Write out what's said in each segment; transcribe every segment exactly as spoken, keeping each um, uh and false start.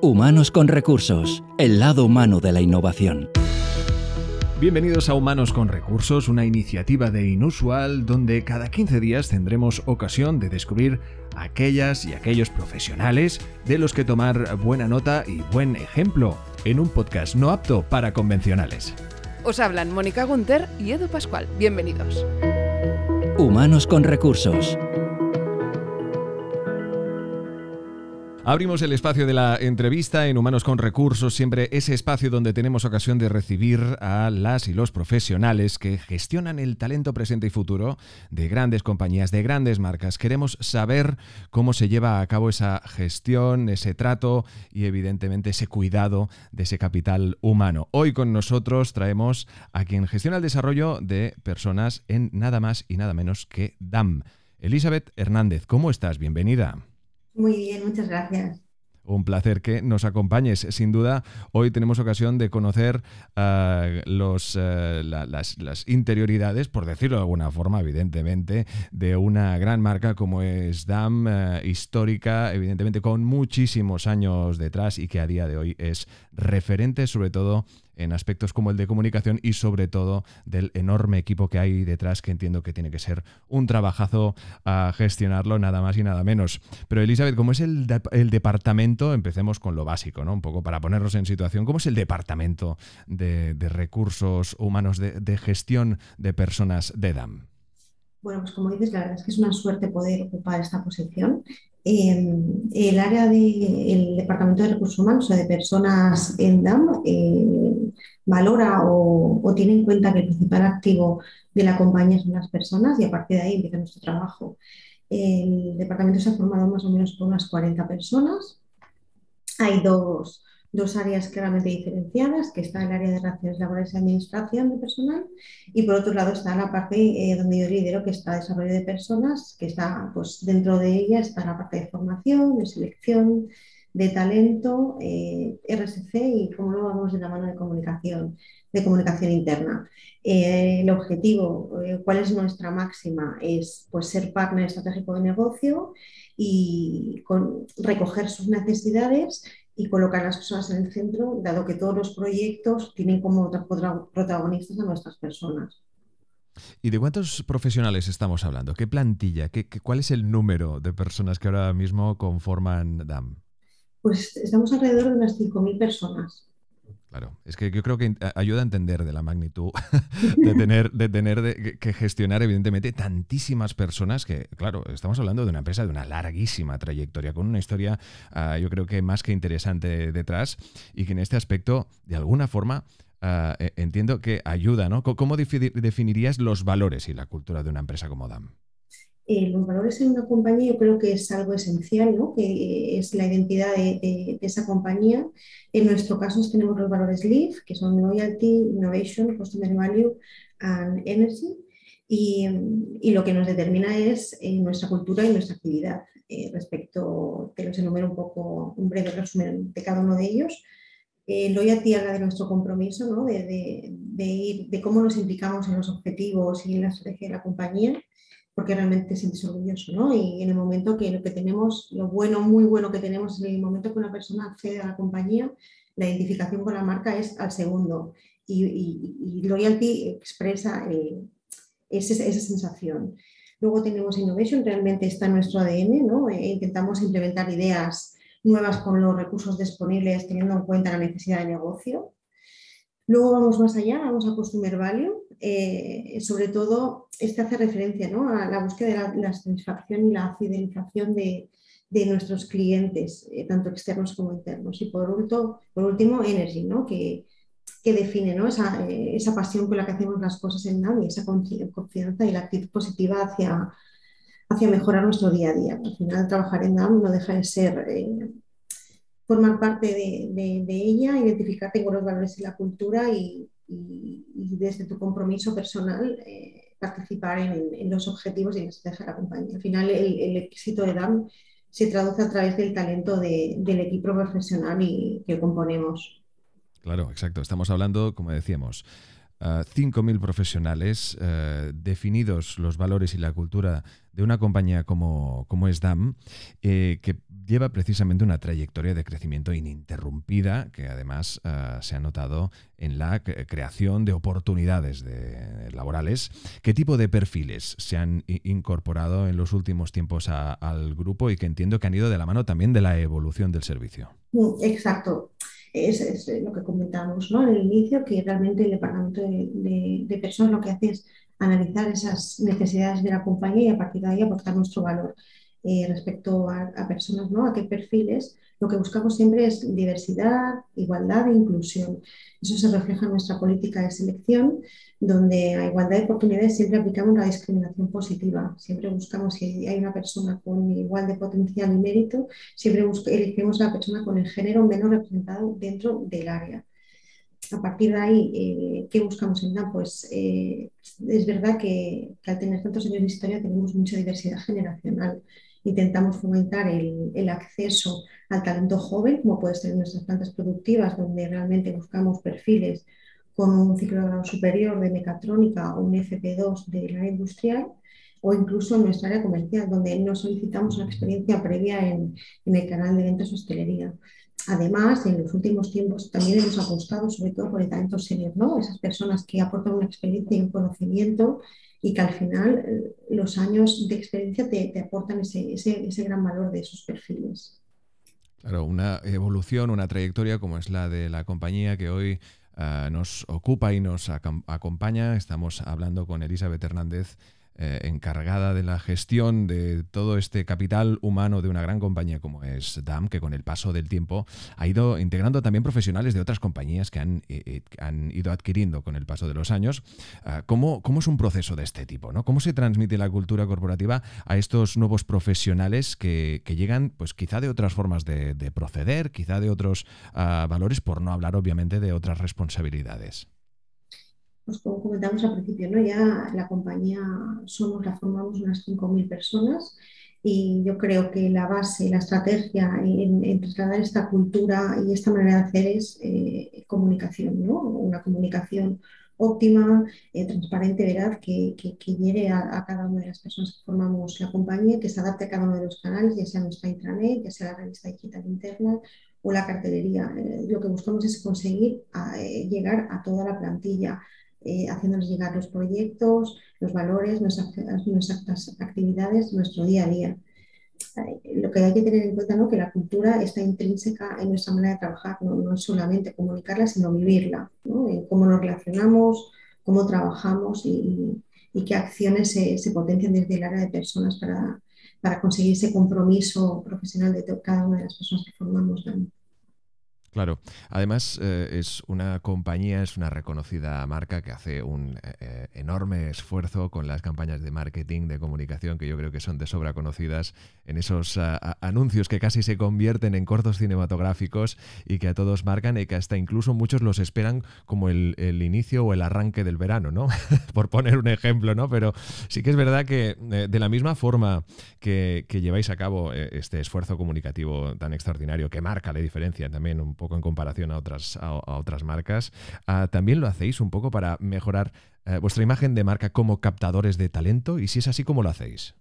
Humanos con Recursos, el lado humano de la innovación. Bienvenidos a Humanos con Recursos, una iniciativa de Inusual donde cada quince días tendremos ocasión de descubrir a aquellas y aquellos profesionales de los que tomar buena nota y buen ejemplo en un podcast no apto para convencionales. Os hablan Mónica Gunter y Edu Pascual. Bienvenidos. Humanos con Recursos. Abrimos el espacio de la entrevista en Humanos con Recursos, siempre ese espacio donde tenemos ocasión de recibir a las y los profesionales que gestionan el talento presente y futuro de grandes compañías, de grandes marcas. Queremos saber cómo se lleva a cabo esa gestión, ese trato y evidentemente ese cuidado de ese capital humano. Hoy con nosotros traemos a quien gestiona el desarrollo de personas en nada más y nada menos que D A M. Elizabeth Hernández, ¿cómo estás? Bienvenida. Muy bien, muchas gracias. Un placer que nos acompañes. Sin duda, hoy tenemos ocasión de conocer uh, los, uh, la, las, las interioridades, por decirlo de alguna forma, evidentemente, de una gran marca como es D A M, uh, histórica, evidentemente con muchísimos años detrás y que a día de hoy es referente, sobre todo en aspectos como el de comunicación y sobre todo del enorme equipo que hay detrás, que entiendo que tiene que ser un trabajazo a gestionarlo, nada más y nada menos. Pero Elizabeth, ¿cómo es el, de- el departamento? Empecemos con lo básico, ¿no? Un poco para ponernos en situación. ¿Cómo es el departamento de, de recursos humanos, de, de gestión de personas de D A M? Bueno, pues como dices, la verdad es que es una suerte poder ocupar esta posición. Eh, el área del Departamento de Recursos Humanos o de Personas en D A M eh, valora o, o tiene en cuenta que el principal activo de la compañía son las personas y a partir de ahí empieza nuestro trabajo. El departamento se ha formado más o menos por unas cuarenta personas. Hay dos, dos áreas claramente diferenciadas, que está el área de relaciones laborales y administración de personal, y por otro lado está la parte eh, donde yo lidero, que está desarrollo de personas, que está, pues dentro de ella está la parte de formación, de selección, de talento, eh, R S C y cómo lo vamos de la mano de comunicación, de comunicación interna. Eh, el objetivo, eh, ¿cuál es nuestra máxima? Es pues ser partner estratégico de negocio y con, recoger sus necesidades y colocar a las personas en el centro, dado que todos los proyectos tienen como protagonistas a nuestras personas. ¿Y de cuántos profesionales estamos hablando? ¿Qué plantilla? ¿Qué, qué, ¿Cuál es el número de personas que ahora mismo conforman D A M? Pues estamos alrededor de unas cinco mil personas. Claro, es que yo creo que ayuda a entender de la magnitud de tener, de tener de, que gestionar evidentemente tantísimas personas que, claro, estamos hablando de una empresa de una larguísima trayectoria, con una historia uh, yo creo que más que interesante detrás y que en este aspecto, de alguna forma, uh, entiendo que ayuda, ¿no? ¿Cómo definirías los valores y la cultura de una empresa como D A M? Eh, los valores en una compañía yo creo que es algo esencial, ¿no? Que es la identidad de, de, de esa compañía. En nuestro caso tenemos los valores L I F, que son Loyalty, Innovation, Customer Value and Energy. Y, y lo que nos determina es eh, nuestra cultura y nuestra actividad. Eh, respecto, te los enumero un poco, un breve resumen de cada uno de ellos. Eh, Loyalty habla de nuestro compromiso, ¿no? de, de, de, ir, de cómo nos implicamos en los objetivos y en la estrategia de la compañía, porque realmente te sientes orgulloso, ¿no? Y en el momento que lo que tenemos, lo bueno, muy bueno que tenemos, en el momento que una persona accede a la compañía, la identificación con la marca es al segundo. Y, y, y Loyalty expresa eh, esa, esa sensación. Luego tenemos Innovation, realmente está en nuestro A D N, ¿no? Eh, intentamos implementar ideas nuevas con los recursos disponibles, teniendo en cuenta la necesidad de negocio. Luego vamos más allá, vamos a Customer Value. Eh, sobre todo, este hace referencia, ¿no? A la búsqueda de la, la satisfacción y la fidelización de, de nuestros clientes, eh, tanto externos como internos. Y por, último, por último Energy, ¿no? que, que define, ¿no? esa, eh, esa pasión con la que hacemos las cosas en D A M y esa confianza y la actitud positiva hacia, hacia mejorar nuestro día a día. Al final, trabajar en D A M no deja de ser... Eh, formar parte de, de, de ella, identificarte con los valores y la cultura y, y, y desde tu compromiso personal eh, participar en, en los objetivos y en la estrategia de la compañía. Al final, el, el éxito de D A M se traduce a través del talento de, del equipo profesional y, que componemos. Claro, exacto. Estamos hablando, como decíamos, Uh, cinco mil profesionales, uh, definidos los valores y la cultura de una compañía como, como es D A M, eh, que lleva precisamente una trayectoria de crecimiento ininterrumpida que además uh, se ha notado en la creación de oportunidades de, laborales. ¿Qué tipo de perfiles se han incorporado en los últimos tiempos a, al grupo y que entiendo que han ido de la mano también de la evolución del servicio? Exacto. Es, es lo que comentamos, ¿no?, en el inicio, que realmente el departamento de, de, de personas lo que hace es analizar esas necesidades de la compañía y a partir de ahí aportar nuestro valor. Eh, respecto a, a personas, ¿no?, a qué perfiles, lo que buscamos siempre es diversidad, igualdad e inclusión. Eso se refleja en nuestra política de selección, donde a igualdad de oportunidades siempre aplicamos la discriminación positiva. Siempre buscamos, si hay una persona con igual de potencial y mérito, siempre elegimos a la persona con el género menos representado dentro del área. A partir de ahí, eh, ¿qué buscamos en D A M? Pues eh, es verdad que, que al tener tantos años de historia tenemos mucha diversidad generacional. Intentamos fomentar el, el acceso al talento joven, como puede ser en nuestras plantas productivas, donde realmente buscamos perfiles con un ciclo de grado superior de mecatrónica o un F P dos del área industrial, o incluso en nuestra área comercial, donde no solicitamos una experiencia previa en, en el canal de ventas o hostelería. Además, en los últimos tiempos también hemos apostado sobre todo por el talento senior, ¿no? Esas personas que aportan una experiencia y un conocimiento y que al final eh, los años de experiencia te, te aportan ese, ese, ese gran valor de esos perfiles. Claro, una evolución, una trayectoria como es la de la compañía que hoy uh, nos ocupa y nos acompaña. Estamos hablando con Elizabeth Hernández, eh, encargada de la gestión de todo este capital humano de una gran compañía como es D A M, que con el paso del tiempo ha ido integrando también profesionales de otras compañías que han, eh, han ido adquiriendo con el paso de los años. Uh, ¿cómo, ¿Cómo es un proceso de este tipo, ¿no? ¿Cómo se transmite la cultura corporativa a estos nuevos profesionales que, que llegan, pues quizá de otras formas de, de proceder, quizá de otros uh, valores, por no hablar obviamente de otras responsabilidades? Pues como comentamos al principio, ¿no?, ya la compañía somos, la formamos unas cinco mil personas y yo creo que la base, la estrategia en, en trasladar esta cultura y esta manera de hacer es eh, comunicación, ¿no? Una comunicación óptima, eh, transparente, veraz, que, que, que llegue a, a cada una de las personas que formamos la compañía, que se adapte a cada uno de los canales, ya sea nuestra intranet, ya sea la revista digital interna o la cartelería. Eh, lo que buscamos es conseguir a, eh, llegar a toda la plantilla, Eh, haciéndonos llegar los proyectos, los valores, nuestras, nuestras actividades, nuestro día a día. Eh, lo que hay que tener en cuenta, ¿no?, que la cultura está intrínseca en nuestra manera de trabajar, no, no es solamente comunicarla, sino vivirla, ¿no?, en cómo nos relacionamos, cómo trabajamos y, y qué acciones se, se potencian desde el área de personas para, para conseguir ese compromiso profesional de cada una de las personas que formamos, ¿no? Claro, además eh, es una compañía, es una reconocida marca que hace un eh, enorme esfuerzo con las campañas de marketing, de comunicación, que yo creo que son de sobra conocidas, en esos uh, anuncios que casi se convierten en cortos cinematográficos y que a todos marcan y que hasta incluso muchos los esperan como el, el inicio o el arranque del verano, ¿no? Por poner un ejemplo, ¿no? Pero sí que es verdad que eh, de la misma forma que, que lleváis a cabo eh, este esfuerzo comunicativo tan extraordinario que marca la diferencia también un poco poco en comparación a otras, a, a otras marcas. Uh, ¿También lo hacéis un poco para mejorar uh, vuestra imagen de marca como captadores de talento? Y si es así, ¿cómo lo hacéis?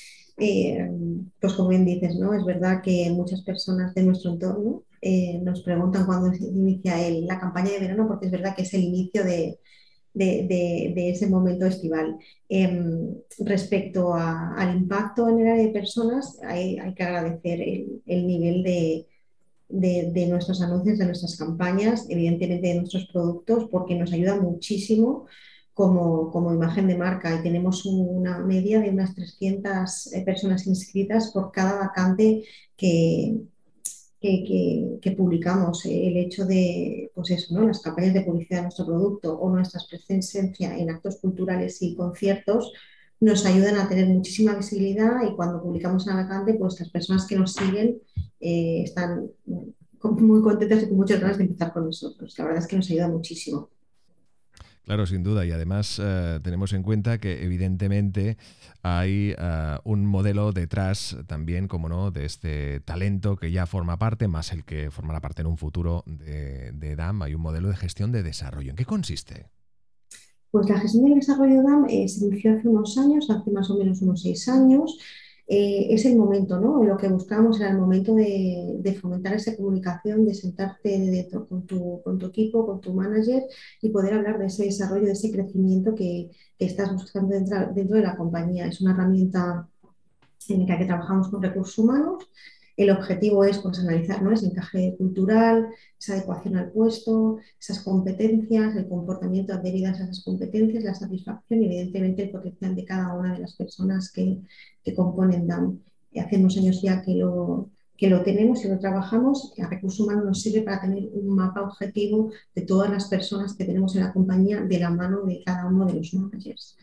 Eh, pues como bien dices, ¿no?, es verdad que muchas personas de nuestro entorno eh, nos preguntan cuándo se inicia el, la campaña de verano, porque es verdad que es el inicio de, de, de, de ese momento estival. Eh, respecto a, al impacto en el área de personas, hay, hay que agradecer el, el nivel de De, de nuestros anuncios, de nuestras campañas, evidentemente de nuestros productos, porque nos ayuda muchísimo como, como imagen de marca y tenemos una media de unas trescientas personas inscritas por cada vacante que, que, que, que publicamos. El hecho de, pues eso, ¿no?, las campañas de publicidad de nuestro producto o nuestra presencia en actos culturales y conciertos nos ayudan a tener muchísima visibilidad y cuando publicamos una vacante, pues las personas que nos siguen eh, están muy contentas y con muchas ganas de empezar con nosotros. La verdad es que nos ayuda muchísimo. Claro, sin duda. Y además uh, tenemos en cuenta que evidentemente hay uh, un modelo detrás también, como no, de este talento que ya forma parte, más el que formará parte en un futuro de, de D A M. Hay un modelo de gestión de desarrollo. ¿En qué consiste? Pues la gestión del desarrollo D A M eh, se inició hace unos años, hace más o menos unos seis años. eh, es el momento, ¿no? Lo que buscamos era el momento de, de fomentar esa comunicación, de sentarte de- con tu, con tu equipo, con tu manager y poder hablar de ese desarrollo, de ese crecimiento que, que estás buscando dentro, dentro de la compañía. Es una herramienta en la que trabajamos con recursos humanos. El objetivo es pues, analizar, ¿no?, ese encaje cultural, esa adecuación al puesto, esas competencias, el comportamiento adherido a esas competencias, la satisfacción y evidentemente el potencial de cada una de las personas que, que componen D A M. Hace unos años ya que lo, que lo tenemos y lo trabajamos. A recursos humanos nos sirve para tener un mapa objetivo de todas las personas que tenemos en la compañía de la mano de cada uno de los managers.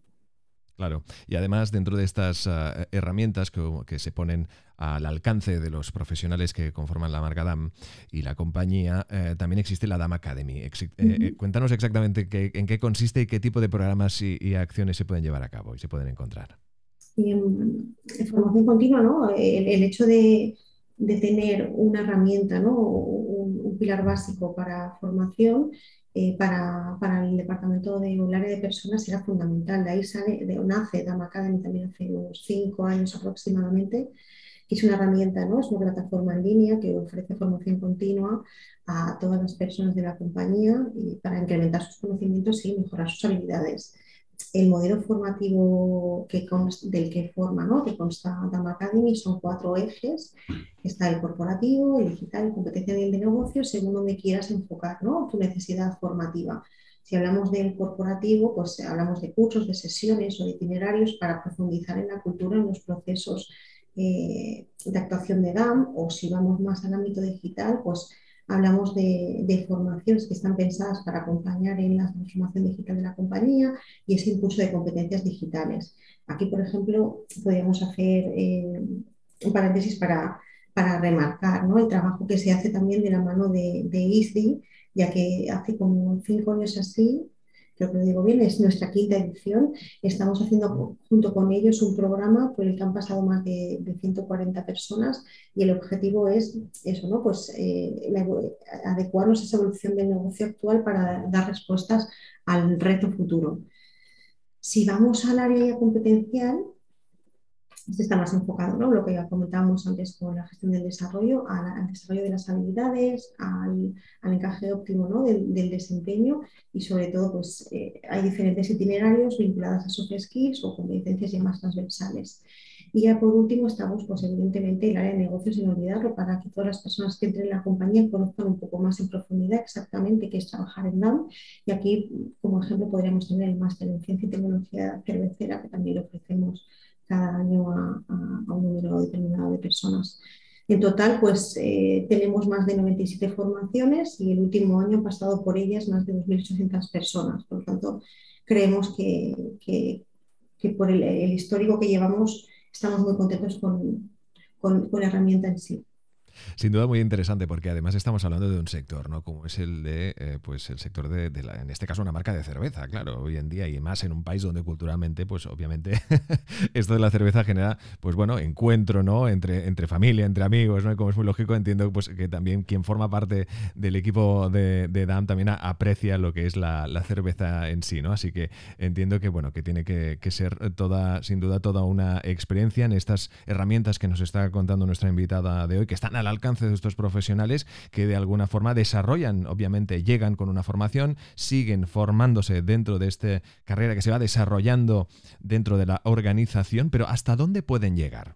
Claro, y además dentro de estas uh, herramientas que, que se ponen al alcance de los profesionales que conforman la marca D A M y la compañía, eh, también existe la D A M Academy. Ex eh, eh, cuéntanos exactamente qué, en qué consiste y qué tipo de programas y, y acciones se pueden llevar a cabo y se pueden encontrar. Y en, en formación continua, ¿no? El, el hecho de, de, tener una herramienta, ¿no?, un, un pilar básico para formación, eh, para, para, el departamento de un área de personas era fundamental. De ahí sale, de, nace D A M Academy también hace unos cinco años aproximadamente, que es una herramienta, ¿no?, es una plataforma en línea que ofrece formación continua a todas las personas de la compañía y para incrementar sus conocimientos y mejorar sus habilidades. El modelo formativo que consta, del que forma, ¿no?, que consta D A M Academy son cuatro ejes. Está el corporativo, el digital, el competencia de negocio, según donde quieras enfocar, ¿no?, tu necesidad formativa. Si hablamos del corporativo, pues hablamos de cursos, de sesiones o de itinerarios para profundizar en la cultura, en los procesos eh, de actuación de D A M. O si vamos más al ámbito digital, pues hablamos de, de formaciones que están pensadas para acompañar en la transformación digital de la compañía y ese impulso de competencias digitales. Aquí, por ejemplo, podríamos hacer eh, un paréntesis para, para remarcar, ¿no?, el trabajo que se hace también de la mano de, de I S D I, ya que hace como cinco años así, creo que lo digo bien, es nuestra quinta edición. Estamos haciendo junto con ellos un programa por el que han pasado más de, de ciento cuarenta personas y el objetivo es eso, ¿no?, pues eh, la, adecuarnos a esa evolución del negocio actual para dar respuestas al reto futuro. Si vamos al área competencial, este está más enfocado, ¿no?, lo que ya comentábamos antes con la gestión del desarrollo, al, al desarrollo de las habilidades, al, al encaje óptimo, ¿no?, del, del desempeño y sobre todo pues eh, hay diferentes itinerarios vinculados a soft skills o competencias ya más transversales. Y ya por último estamos pues evidentemente el área de negocios, sin olvidarlo, para que todas las personas que entren en la compañía conozcan un poco más en profundidad exactamente qué es trabajar en D A M. Y aquí como ejemplo podríamos tener el máster en ciencia y tecnología cervecera, que también lo ofrecemos cada año a, a, a un número determinado de personas. En total, pues eh, tenemos más de noventa y siete formaciones y el último año han pasado por ellas más de dos mil ochocientas personas. Por lo tanto, creemos que, que, que por el, el histórico que llevamos estamos muy contentos con, con, con la herramienta en sí. Sin duda muy interesante porque además estamos hablando de un sector, ¿no?, como es el de, eh, pues el sector de, de la, en este caso una marca de cerveza, claro, hoy en día y más en un país donde culturalmente, pues obviamente esto de la cerveza genera, pues bueno, encuentro, ¿no?, entre, entre familia, entre amigos, ¿no?, y como es muy lógico, entiendo pues que también quien forma parte del equipo de, de D A M también aprecia lo que es la, la cerveza en sí, ¿no? Así que entiendo que bueno, que tiene que, que ser toda, sin duda, toda una experiencia en estas herramientas que nos está contando nuestra invitada de hoy, que están al alcance de estos profesionales que de alguna forma desarrollan, obviamente llegan con una formación, siguen formándose dentro de esta carrera que se va desarrollando dentro de la organización, pero ¿hasta dónde pueden llegar?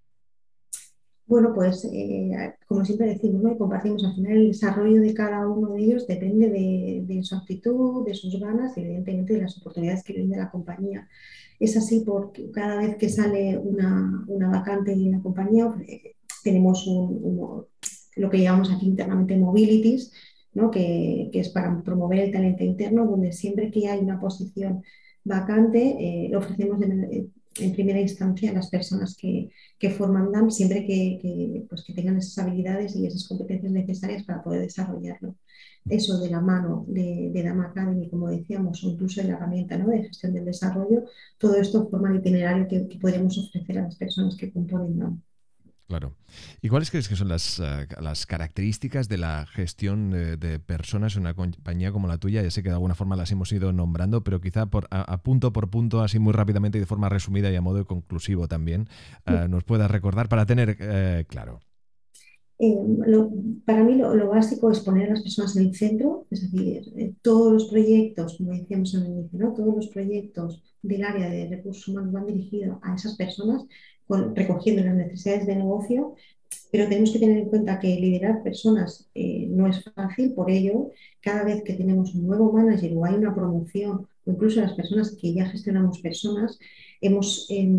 Bueno, pues eh, como siempre decimos, ¿no?, y compartimos, al final el desarrollo de cada uno de ellos depende de, de su actitud, de sus ganas y evidentemente de las oportunidades que vienen de la compañía. Es así porque cada vez que sale una, una vacante en la compañía eh, tenemos un, un, lo que llamamos aquí internamente mobilities, ¿no?, que, que es para promover el talento interno, donde siempre que hay una posición vacante eh, lo ofrecemos en, en primera instancia a las personas que, que forman D A M, siempre que, que, pues que tengan esas habilidades y esas competencias necesarias para poder desarrollarlo. Eso de la mano de, de D A M Academy, como decíamos, o incluso de la herramienta, ¿no?, de gestión del desarrollo, todo esto forma el itinerario que, que podríamos ofrecer a las personas que componen D A M. Claro. ¿Y cuáles crees que son las, uh, las características de la gestión de, de personas en una compañía como la tuya? Ya sé que de alguna forma las hemos ido nombrando, pero quizá por, a, a punto por punto, así muy rápidamente y de forma resumida y a modo conclusivo también, uh, nos puedas recordar para tener uh, claro. Eh, lo, para mí lo, lo básico es poner a las personas en el centro, es decir, eh, todos los proyectos, como decíamos en el inicio, ¿no? Todos los proyectos del área de recursos humanos van dirigidos a esas personas, con, recogiendo las necesidades de negocio, pero tenemos que tener en cuenta que liderar personas eh, no es fácil, por ello, cada vez que tenemos un nuevo manager o hay una promoción, o incluso las personas que ya gestionamos personas, hemos... Eh,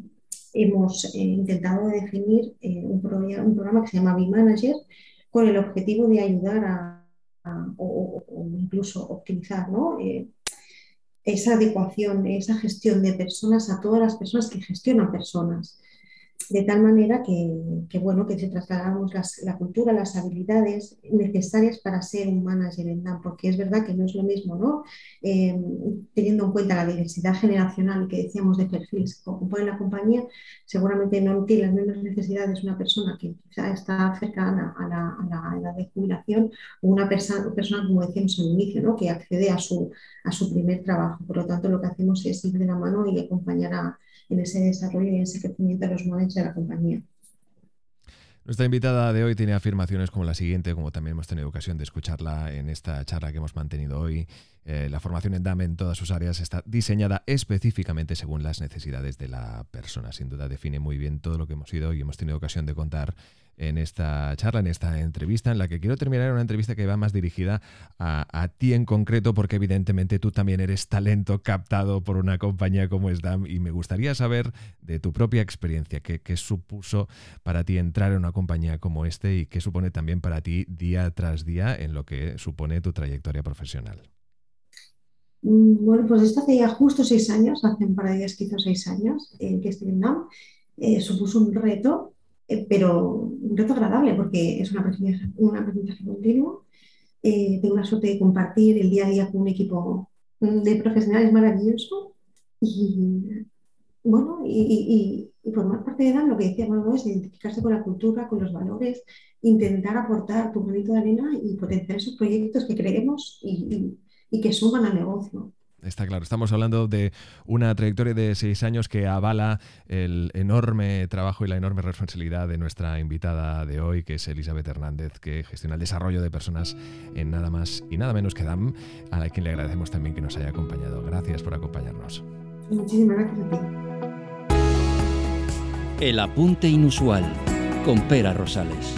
hemos eh, intentado definir eh, un, pro un programa que se llama B-Manager con el objetivo de ayudar a, a o, o, incluso optimizar, ¿no? eh, esa adecuación, esa gestión de personas a todas las personas que gestionan personas. De tal manera que, que, bueno, que se trasladamos las, la cultura, las habilidades necesarias para ser un manager en D A M, porque es verdad que no es lo mismo, ¿no? Eh, teniendo en cuenta la diversidad generacional que decíamos de perfiles que componen la compañía, seguramente no tiene las mismas necesidades una persona que quizá está cercana a la, a la edad de jubilación o una persona, persona, como decíamos al inicio, ¿no? Que accede a su, a su primer trabajo. Por lo tanto, lo que hacemos es ir de la mano y acompañar a en ese desarrollo y en ese crecimiento de los managers de la compañía. Nuestra invitada de hoy tiene afirmaciones como la siguiente, como también hemos tenido ocasión de escucharla en esta charla que hemos mantenido hoy. Eh, la formación en D A M en todas sus áreas está diseñada específicamente según las necesidades de la persona. Sin duda define muy bien todo lo que hemos ido y hemos tenido ocasión de contar en esta charla, en esta entrevista, en la que quiero terminar una entrevista que va más dirigida a, a ti en concreto, porque evidentemente tú también eres talento captado por una compañía como es D A M, y me gustaría saber de tu propia experiencia, qué, qué supuso para ti entrar en una compañía como este y qué supone también para ti día tras día en lo que supone tu trayectoria profesional. Bueno, pues esto hace ya justo seis años, hace un par de días, quizás seis años, eh, que estoy en D A M. Eh, supuso un reto, eh, pero un reto agradable porque es un aprendizaje, un aprendizaje continuo. Eh, tengo la suerte de compartir el día a día con un equipo de profesionales maravilloso y, bueno, y, y, y formar parte de D A M, lo que decíamos, ¿no? Es identificarse con la cultura, con los valores, intentar aportar tu granito de arena y potenciar esos proyectos que creemos y, y y que suman al negocio. Está claro, estamos hablando de una trayectoria de seis años que avala el enorme trabajo y la enorme responsabilidad de nuestra invitada de hoy, que es Elizabeth Hernández, que gestiona el desarrollo de personas en nada más y nada menos que D A M, a la quien le agradecemos también que nos haya acompañado. Gracias por acompañarnos. Muchísimas gracias a ti. El apunte inusual con Pera Rosales.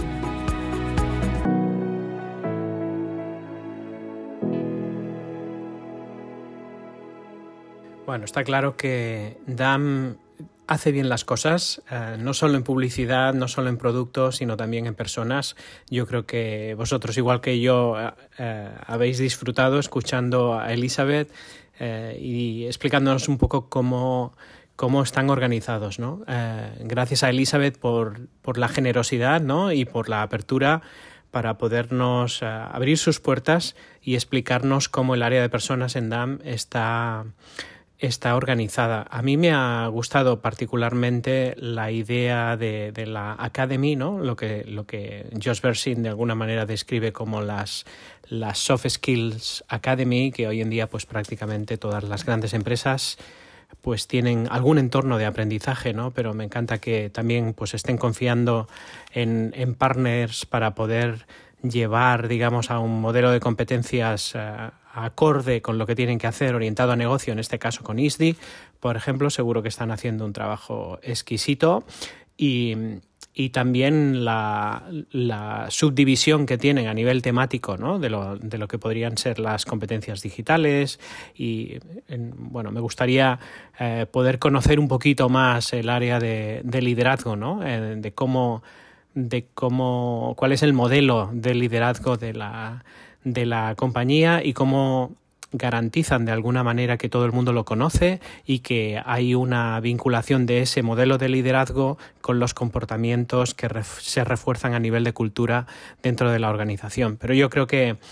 Bueno, está claro que D A M hace bien las cosas, eh, no solo en publicidad, no solo en productos, sino también en personas. Yo creo que vosotros, igual que yo, eh, habéis disfrutado escuchando a Elizabeth eh, y explicándonos un poco cómo, cómo están organizados, ¿no? Eh, gracias a Elizabeth por, por la generosidad, ¿no? Y por la apertura para podernos uh, abrir sus puertas y explicarnos cómo el área de personas en D A M está... está organizada. A mí me ha gustado particularmente la idea de, de la Academy, ¿no? Lo que, lo que Josh Bersin de alguna manera describe como las, las Soft Skills Academy, que hoy en día pues prácticamente todas las grandes empresas pues tienen algún entorno de aprendizaje, ¿no? Pero me encanta que también pues estén confiando en, en partners para poder llevar, digamos, a un modelo de competencias uh, acorde con lo que tienen que hacer, orientado a negocio, en este caso con I S D I, por ejemplo. Seguro que están haciendo un trabajo exquisito. Y, y también la, la subdivisión que tienen a nivel temático, ¿no? de, lo, de lo que podrían ser las competencias digitales. Y en, bueno, me gustaría eh, poder conocer un poquito más el área de, de liderazgo, ¿no? Eh, de cómo... de cómo cuál es el modelo de liderazgo de la, de la compañía y cómo garantizan de alguna manera que todo el mundo lo conoce y que hay una vinculación de ese modelo de liderazgo con los comportamientos que ref, se refuerzan a nivel de cultura dentro de la organización. Pero yo creo que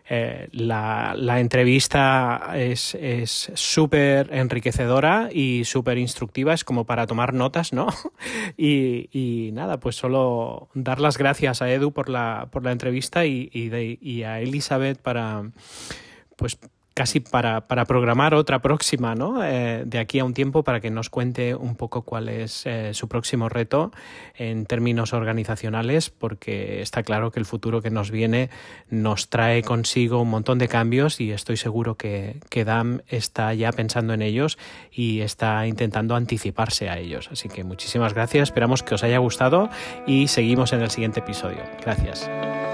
eh, la, la entrevista es súper enriquecedora y súper instructiva, es como para tomar notas, ¿no? y, y nada, pues solo dar las gracias a Edu por la, por la entrevista y, y, de, y a Elizabeth para, pues, casi para, para programar otra próxima, ¿no? Eh, de aquí a un tiempo, para que nos cuente un poco cuál es eh, su próximo reto en términos organizacionales, porque está claro que el futuro que nos viene nos trae consigo un montón de cambios y estoy seguro que, que D A M está ya pensando en ellos y está intentando anticiparse a ellos. Así que muchísimas gracias, esperamos que os haya gustado y seguimos en el siguiente episodio. Gracias.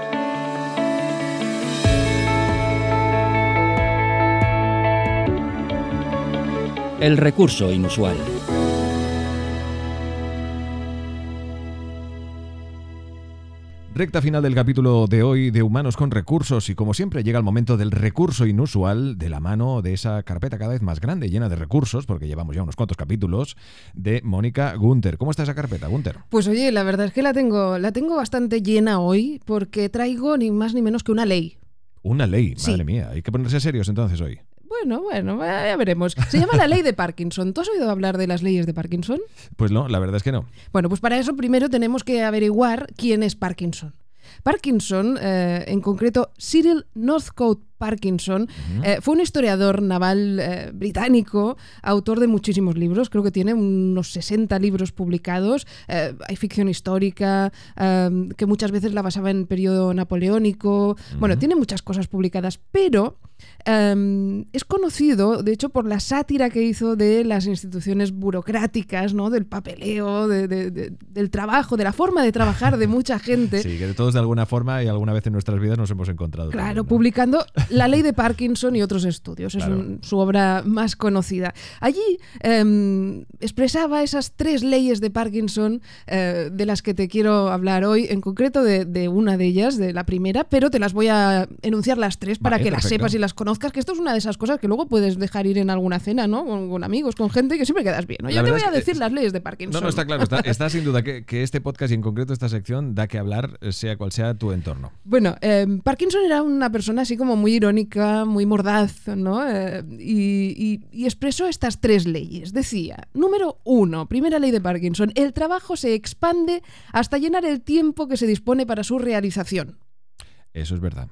El recurso inusual. Recta final del capítulo de hoy de Humanos con Recursos y como siempre llega el momento del recurso inusual de la mano de esa carpeta cada vez más grande, llena de recursos, porque llevamos ya unos cuantos capítulos, de Mónica Gunter. ¿Cómo está esa carpeta, Gunter? Pues oye, la verdad es que la tengo, la tengo bastante llena hoy porque traigo ni más ni menos que una ley. Una ley, Sí. madre mía. Hay que ponerse serios entonces hoy. Bueno, bueno, ya veremos. Se llama la ley de Parkinson. ¿Tú has oído hablar de las leyes de Parkinson? Pues no, la verdad es que no. Bueno, pues para eso primero tenemos que averiguar quién es Parkinson. Parkinson, eh, en concreto Cyril Northcote Parkinson, uh-huh. eh, fue un historiador naval eh, británico, autor de muchísimos libros, creo que tiene unos sesenta libros publicados, eh, hay ficción histórica, eh, que muchas veces la basaba en periodo napoleónico, uh-huh. bueno, tiene muchas cosas publicadas, pero eh, es conocido, de hecho, por la sátira que hizo de las instituciones burocráticas, ¿no? Del papeleo, de, de, de, del trabajo, de la forma de trabajar de mucha gente. Sí, que de todos de alguna forma y alguna vez en nuestras vidas nos hemos encontrado. Claro, también, ¿no? Publicando La ley de Parkinson y otros estudios, es Claro. un, su obra más conocida. Allí eh, expresaba esas tres leyes de Parkinson eh, de las que te quiero hablar hoy, en concreto de, de una de ellas, de la primera, pero te las voy a enunciar las tres para Vale, que las perfecto. sepas y las conozcas, que esto es una de esas cosas que luego puedes dejar ir en alguna cena, ¿no? Con, con amigos, con gente, que siempre quedas bien, ¿no? La Yo te verdad voy a es que- decir las leyes de Parkinson. No, no, está claro, está, está sin duda que, que este podcast y en concreto esta sección da que hablar, eh, sea cual sea tu entorno. Bueno, eh, Parkinson era una persona así como muy irónica, muy mordaz, ¿no? Eh, y, y, y expresó estas tres leyes. Decía, número uno, primera ley de Parkinson, el trabajo se expande hasta llenar el tiempo que se dispone para su realización. Eso es verdad.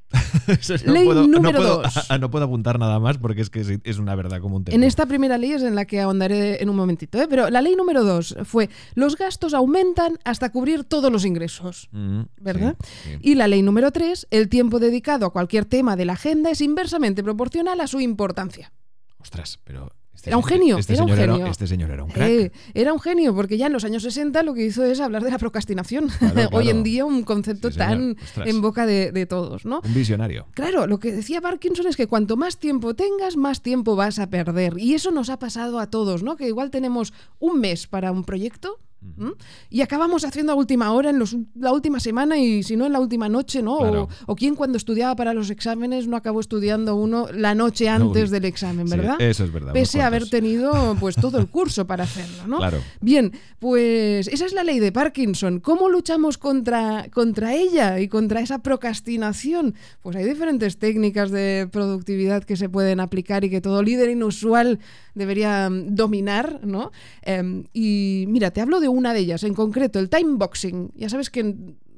Eso no Ley puedo, no número puedo- dos. a- no puedo apuntar nada más porque es que es, es una verdad como un templo. En esta primera ley es en la que ahondaré en un momentito, ¿eh? Pero la ley número dos fue, los gastos aumentan hasta cubrir todos los ingresos. Mm, ¿Verdad? sí, sí. Y la ley número tres, el tiempo dedicado a cualquier tema de la agenda es inversamente proporcional a su importancia. Ostras, pero... Este Era un señor- genio, este era un señor genio. este señor era un crack. Eh, era un genio, porque ya en los años sesenta lo que hizo es hablar de la procrastinación. Claro, claro. Hoy en día un concepto Sí, señor. tan Ostras. en boca de, de todos, ¿no? Un visionario. Claro, lo que decía Parkinson es que cuanto más tiempo tengas, más tiempo vas a perder. Y eso nos ha pasado a todos, ¿no? Que igual tenemos un mes para un proyecto, ¿m? Y acabamos haciendo a última hora, en los, la última semana y si no en la última noche, ¿no? Claro. O, o quien cuando estudiaba para los exámenes no acabó estudiando uno la noche antes Uy. del examen, Sí, ¿verdad? eso es verdad. Pese unos a haber cuantos. tenido pues todo el curso para hacerlo, ¿no? Claro. Bien, pues esa es la ley de Parkinson. ¿Cómo luchamos contra, contra ella y contra esa procrastinación? Pues hay diferentes técnicas de productividad que se pueden aplicar y que todo líder inusual debería mm, dominar, ¿no? Eh, y mira, te hablo de una de ellas, en concreto, el time boxing. Ya sabes que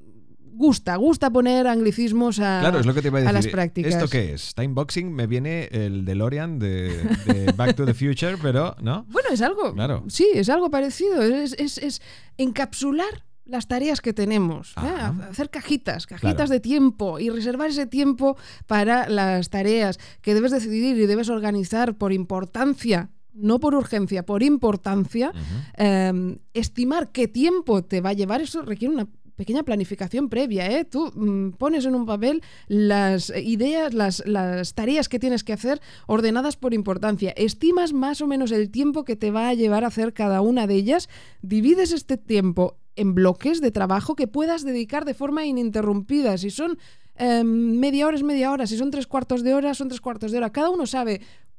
gusta, gusta poner anglicismos a, Claro, es lo que te iba a a decir. las prácticas. ¿Esto qué es? Timeboxing, me viene el DeLorean de, de Back to the Future, pero ¿no? Bueno, es algo, Claro. sí, es algo parecido, es, es, es encapsular las tareas que tenemos, ¿eh? Ajá. Hacer cajitas, cajitas Claro. de tiempo y reservar ese tiempo para las tareas que debes decidir y debes organizar por importancia, no por urgencia, por importancia. Ujú. Eh, estimar qué tiempo te va a llevar, eso requiere una pequeña planificación previa, ¿eh? Tú mm, pones en un papel las ideas, las, las tareas que tienes que hacer ordenadas por importancia. Estimas más o menos el tiempo que te va a llevar a hacer cada una de ellas. Divides este tiempo en bloques de trabajo que puedas dedicar de forma ininterrumpida. Si son eh, media hora es media hora, si son tres cuartos de hora son tres cuartos de hora. Cada uno sabe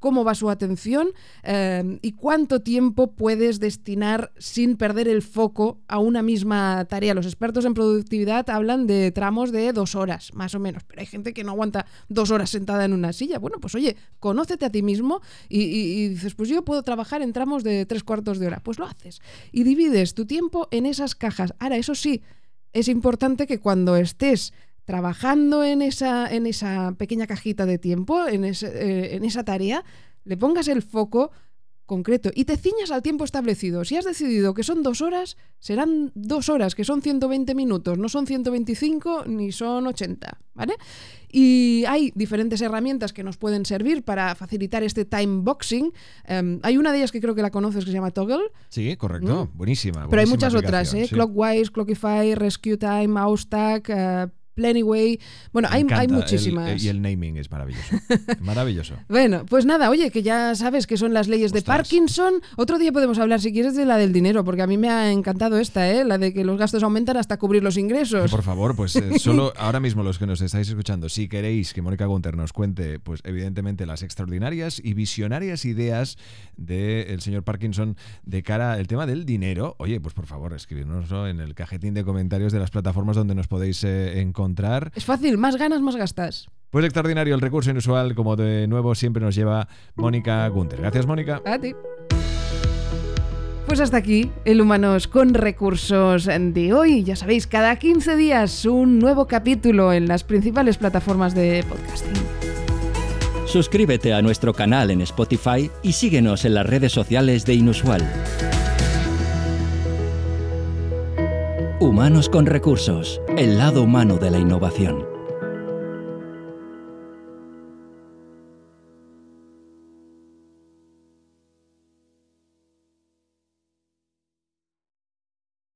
cómo va su atención eh, y cuánto tiempo puedes destinar sin perder el foco a una misma tarea. Los expertos en productividad hablan de tramos de dos horas, más o menos, pero hay gente que no aguanta dos horas sentada en una silla. Bueno, pues oye, conócete a ti mismo y, y, y dices, pues yo puedo trabajar en tramos de tres cuartos de hora. Pues lo haces y divides tu tiempo en esas cajas. Ahora, eso sí, es importante que cuando estés trabajando en esa, en esa pequeña cajita de tiempo, en, ese, eh, en esa tarea, le pongas el foco concreto y te ciñas al tiempo establecido. Si has decidido que son dos horas, serán dos horas, que son ciento veinte minutos, no son ciento veinticinco ni son ochenta, ¿vale? Y hay diferentes herramientas que nos pueden servir para facilitar este time boxing. Um, hay una de ellas que creo que la conoces que se llama Toggle. Sí, correcto, ¿Mm? buenísima, buenísima. Pero hay muchas otras, ¿eh? Sí. Clockwise, Clockify, Rescue Time, Austak, uh, Planyway. Bueno, hay, hay muchísimas. El, y el naming es maravilloso. Maravilloso. Bueno, pues nada, oye, que ya sabes que son las leyes Ostras. de Parkinson. Otro día podemos hablar, si quieres, de la del dinero, porque a mí me ha encantado esta, ¿eh? La de que los gastos aumentan hasta cubrir los ingresos. Por favor, pues eh, solo ahora mismo los que nos estáis escuchando, si queréis que Mónica Gunter nos cuente, pues evidentemente las extraordinarias y visionarias ideas del señor Parkinson de cara al tema del dinero, oye, pues por favor, escribidnoslo en el cajetín de comentarios de las plataformas donde nos podéis eh, encontrar. Es fácil, más ganas, más gastas. Pues extraordinario el recurso inusual, como de nuevo siempre nos lleva Mónica Gunter. Gracias, Mónica. A ti. Pues hasta aquí el Humanos con Recursos de hoy. Ya sabéis, cada quince días un nuevo capítulo en las principales plataformas de podcasting. Suscríbete a nuestro canal en Spotify y síguenos en las redes sociales de Inusual. Humanos con Recursos, el lado humano de la innovación.